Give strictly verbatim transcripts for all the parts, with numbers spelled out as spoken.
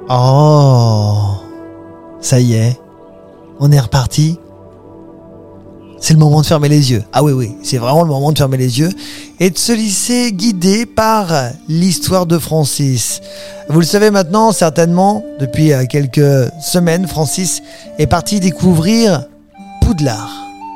Oh, ça y est, on est reparti. C'est le moment de fermer les yeux. Ah oui, oui, c'est vraiment le moment de fermer les yeux et de se laisser guider par l'histoire de Francis. Vous le savez maintenant, certainement, depuis quelques semaines, Francis est parti découvrir Poudlard.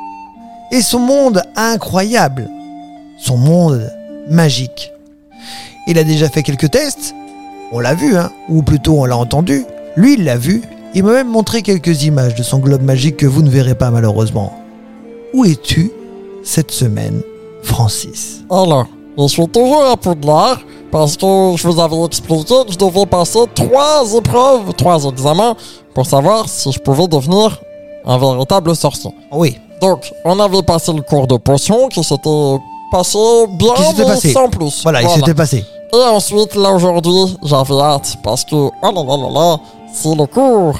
Et son monde incroyable, son monde magique. Il a déjà fait quelques tests, on l'a vu, hein, ou plutôt on l'a entendu. Lui, il l'a vu. Il m'a même montré quelques images de son globe magique que vous ne verrez pas malheureusement. Où es-tu cette semaine, Francis? Alors, je suis toujours à Poudlard parce que je vous avais expliqué que je devais passer trois épreuves, trois examens pour savoir si je pouvais devenir un véritable sorcier. Oui. Donc, on avait passé le cours de potion qui s'était passé bien, Qui s'était mais passé. sans plus. Voilà, il s'était passé. Et ensuite, là, aujourd'hui, j'avais hâte parce que, oh là là là là, c'est le cours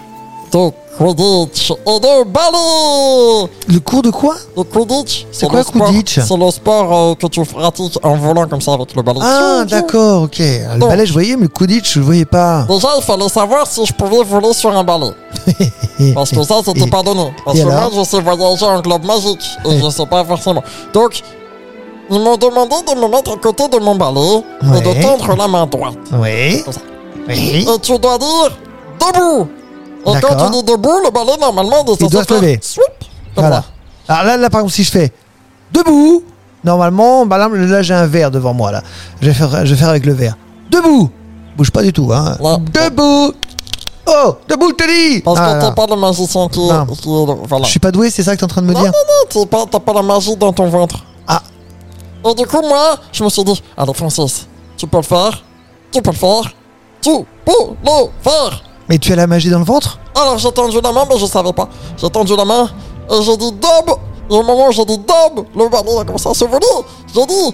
de Quidditch et de balai. Le cours de quoi? Le Quidditch, C'est quoi le sport- Quidditch? C'est le sport euh, que tu pratiques en volant comme ça avec le balai. Ah, d'accord, ok. Le Donc. balai, je voyais, mais le Quidditch, je le voyais pas. Déjà, il fallait savoir si je pouvais voler sur un balai. Parce que ça, c'était Et- pas donné. Parce et que moi, alors je sais voyager en globe magique. Et je sais pas forcément. Donc, ils m'ont demandé de me mettre à côté de mon balai et de Ouais. tendre la main droite. Oui. Comme ça. Oui. Et tu dois dire debout. Et D'accord. quand tu dis debout, le balai, normalement, il est Il censé doit se faire lever. swoop, comme Voilà. ça. Alors là, là, par exemple, si je fais debout, normalement, bah là, là, j'ai un verre devant moi, là. Je vais faire, je vais faire avec le verre. Debout. Bouge pas du tout, hein. Non. Debout. Oh, debout, je te dis. Parce Ah, que t'es non. pas le magicien qui Non. est... Qui est voilà. Je suis pas doué, c'est ça que t'es en train de me Non, dire? non, non, t'es pas, t'as pas la magie dans ton ventre. Ah. Et du coup, moi, je me suis dit, allez, Francis, tu peux le faire, tu peux le faire, tu peux le faire. Mais tu as la magie dans le ventre? Alors, j'ai tendu la main, mais je savais pas. J'ai tendu la main, et j'ai dit dub. Et au moment où j'ai dit dub, le balai a commencé à se voler. J'ai dit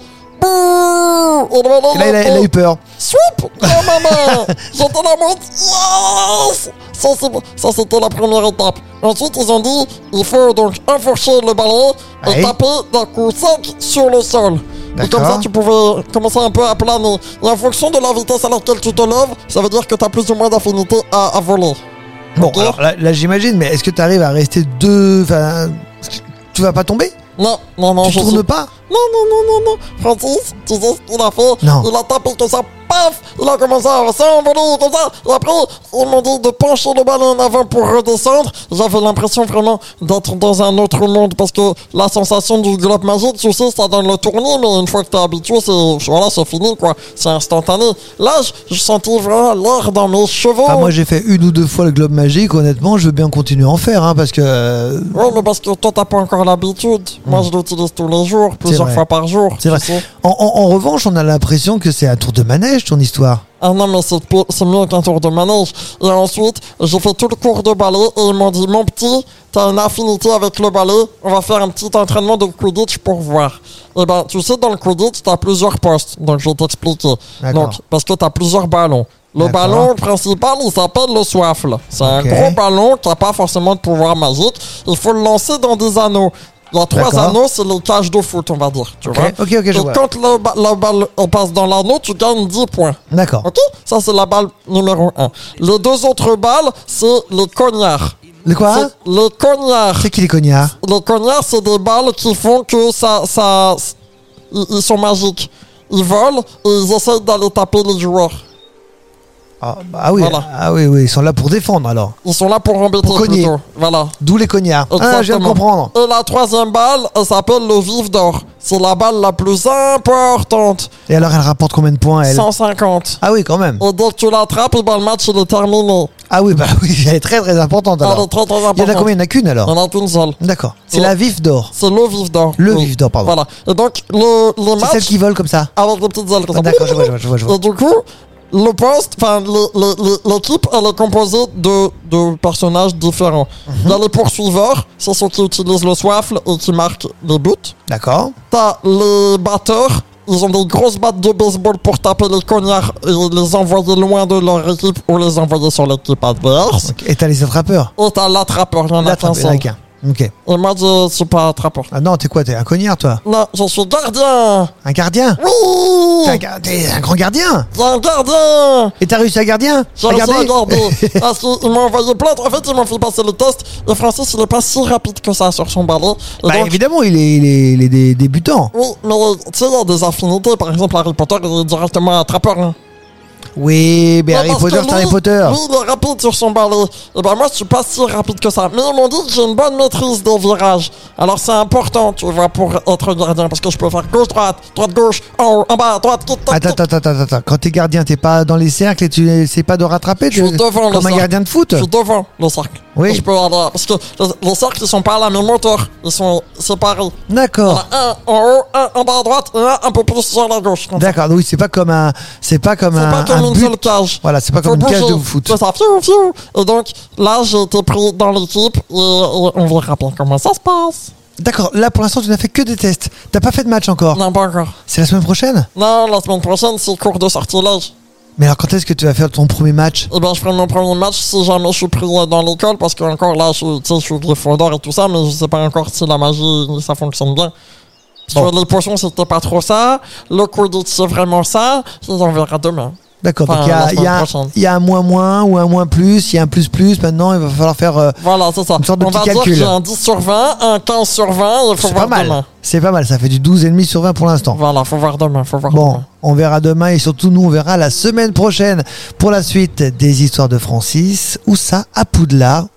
bouh. Et le balai, Et là, il a, il a eu peur. swoop dans ma main. J'étais là en mode yes. Ça, c'est- ça, c'était la première étape. Ensuite, ils ont dit, il faut donc enfourcher le balai et Ouais. taper d'un coup sec sur le sol. Et comme D'accord. ça, tu pouvais commencer un peu à planer. Et en fonction de la vitesse à laquelle tu te lèves, ça veut dire que tu as plus ou moins d'affinité à, à voler. Bon, Ok. alors là, là, j'imagine, mais est-ce que tu arrives à rester deux... Enfin, tu vas pas tomber? Non, non, non, Tu je tournes suis- pas? Non, non, non, non, non. Francis, tu sais ce qu'il a fait? Non. Il a tapé que ça, paf! Il a commencé à s'envoler comme ça. Et après, ils m'ont dit de pencher le ballon en avant pour redescendre. J'avais l'impression vraiment d'être dans un autre monde parce que la sensation du globe magique, tu sais, ça donne le tournis, mais une fois que t'es habitué, c'est, voilà, c'est fini, quoi. C'est instantané. Là, je, je sentis vraiment l'air dans mes cheveux. Ah, moi, j'ai fait une ou deux fois le globe magique. Honnêtement, je veux bien continuer à en faire, hein, parce que... euh, Oui, mais parce que toi, t'as pas encore l'habitude. Moi, je l'utilise tous les jours, plusieurs vrai. fois par jour. C'est tu vrai. sais. En, en- en revanche, on a l'impression que c'est un tour de manège, ton histoire. Ah non, mais c'est, pi- c'est mieux qu'un tour de manège. Et ensuite, j'ai fait tout le cours de ballet et ils m'ont dit, mon petit, t'as une affinité avec le ballet, on va faire un petit entraînement de Quidditch pour voir. Et ben, tu sais, dans le Quidditch, t'as plusieurs postes, donc je vais t'expliquer. D'accord. Donc, parce que t'as plusieurs ballons. Le D'accord. ballon principal, il s'appelle le soifle. C'est un Ok. gros ballon qui n'a pas forcément de pouvoir magique. Il faut le lancer dans des anneaux. Il y a trois D'accord. anneaux, c'est les cages de foot, on va dire. Tu Ok, vois. ok, ok, je Et vois. quand le, ba- la balle elle passe dans l'anneau, tu gagnes dix points. D'accord. Ok? Ça, c'est la balle numéro un. Les deux autres balles, c'est les cognards. Le quoi? C'est les cognards. C'est qui les cognards? Les cognards, c'est des balles qui font que ça... ça ils, ils sont magiques. Ils volent et ils essayent d'aller taper les joueurs. Ah, bah, ah oui, Voilà. ah oui, oui, ils sont là pour défendre alors. Ils sont là pour embêter Pour cogner. plutôt. Voilà. D'où les cognards. Ah, je viens de Exactement. comprendre. Et la troisième balle, elle s'appelle le vif d'or. C'est la balle la plus importante. Et alors, elle rapporte combien de points, elle? cent cinquante. Ah oui, quand même. Et dès que tu l'attrapes, eh ben, le match il est terminé. Ah oui, bah oui, elle est très très importante Elle alors. est très très Il y en a importante. combien? Il n'y en a qu'une Il n'y alors? en a qu'une seule. D'accord. C'est Ouais. la vif d'or. C'est le vif d'or. Le Oui. vif d'or, pardon. Voilà. Et donc, le, les C'est matchs, celle qui vole comme ça. avec les petites ailes comme Ah, ça. d'accord, je vois, je vois, je vois, je vois. Et du coup, le poste, enfin, le- le- le- l'équipe, elle est composée de, de personnages différents. Mhm. Il y a les poursuiveurs, c'est ceux qui utilisent le soifle et qui marquent les buts. D'accord. T'as les batteurs, ils ont des grosses battes de baseball pour taper les cognards et les envoyer loin de leur équipe ou les envoyer sur l'équipe adverse. Ok. Et t'as les attrapeurs. Et t'as l'attrapeur, il y en a qu'un L'attrapeur, il y en a seul. qu'un. Ok. Et moi, je suis pas trappeur. Ah non, t'es quoi? T'es un cognard, toi? Non, je suis gardien. Un gardien? Oui. T'es un, ga- t'es un grand gardien? J'ai un gardien. Et t'as réussi à gardien? J'ai réussi à garder. Parce qu'ils m'ont envoyé plein. En fait, ils m'ont fait passer le test. Et Francis, il est pas si rapide que ça sur son balai. Et Bah donc, évidemment, il est, il est, il est dé- débutant. oui, mais tu sais, il y a des affinités. Par exemple, Harry Potter, il est directement attrapeur. Hein. Oui, mais Non, Harry parce Potter, que c'est lui, Harry Potter. Lui, il est rapide sur son balai. Et ben moi, je suis pas si rapide que ça. Mais ils m'ont dit que j'ai une bonne maîtrise des virages. Alors c'est important, tu vois, pour être gardien. Parce que je peux faire gauche-droite, droite-gauche, en haut, en bas, droite, quitte, Attends, attends, attends, attends, attends. Quand t'es gardien, t'es pas dans les cercles et tu n'essaies pas de rattraper? Je suis t'es- devant le Comme un cercle. gardien de foot? Je suis devant le cercle. Oui. Et je peux aller. Parce que les, les cercles, ils sont pas à la même hauteur. Ils sont séparés. Il y en D'accord. a un en haut, un en bas à droite et un un peu plus sur la gauche. comme ça. D'accord, oui, c'est pas comme un, c'est pas comme C'est un, pas comme un une but. seule cage. Voilà, c'est pas Faut comme une cage bouger. de foot. C'est ça, fiou, fiou. Et donc, là, j'ai été pris dans l'équipe et, et on verra bien comment ça se passe. D'accord, là pour l'instant tu n'as fait que des tests. T'as pas fait de match encore. Non, pas encore. C'est la semaine prochaine? Non, la semaine prochaine, c'est cours de sortilège. Mais alors quand est-ce que tu vas faire ton premier match? Eh ben, je ferai mon premier match si jamais je suis pris dans l'école, parce que encore là, je, suis- tu sais, je suis Gryffondor et tout ça, mais je sais pas encore si la magie, ça fonctionne bien. Bon. Sur les potions, c'était pas trop ça. Le Quidditch, c'est vraiment ça. Et on verra demain. D'accord, Enfin, donc il y la a, semaine il y, a, prochaine. il y a un moins moins ou un moins plus, il y a un plus plus, maintenant il va falloir faire... euh, Voilà, c'est ça. Une sorte de on petit va dire que calcul. j'ai un dix sur vingt, un quinze sur vingt, il faut c'est pas voir mal, demain. c'est pas mal, ça fait du douze virgule cinq sur vingt pour l'instant. Voilà, faut voir demain, faut voir Bon, demain. on verra demain et surtout nous on verra la semaine prochaine pour la suite des histoires de Francis. Où ça? À Poudlard.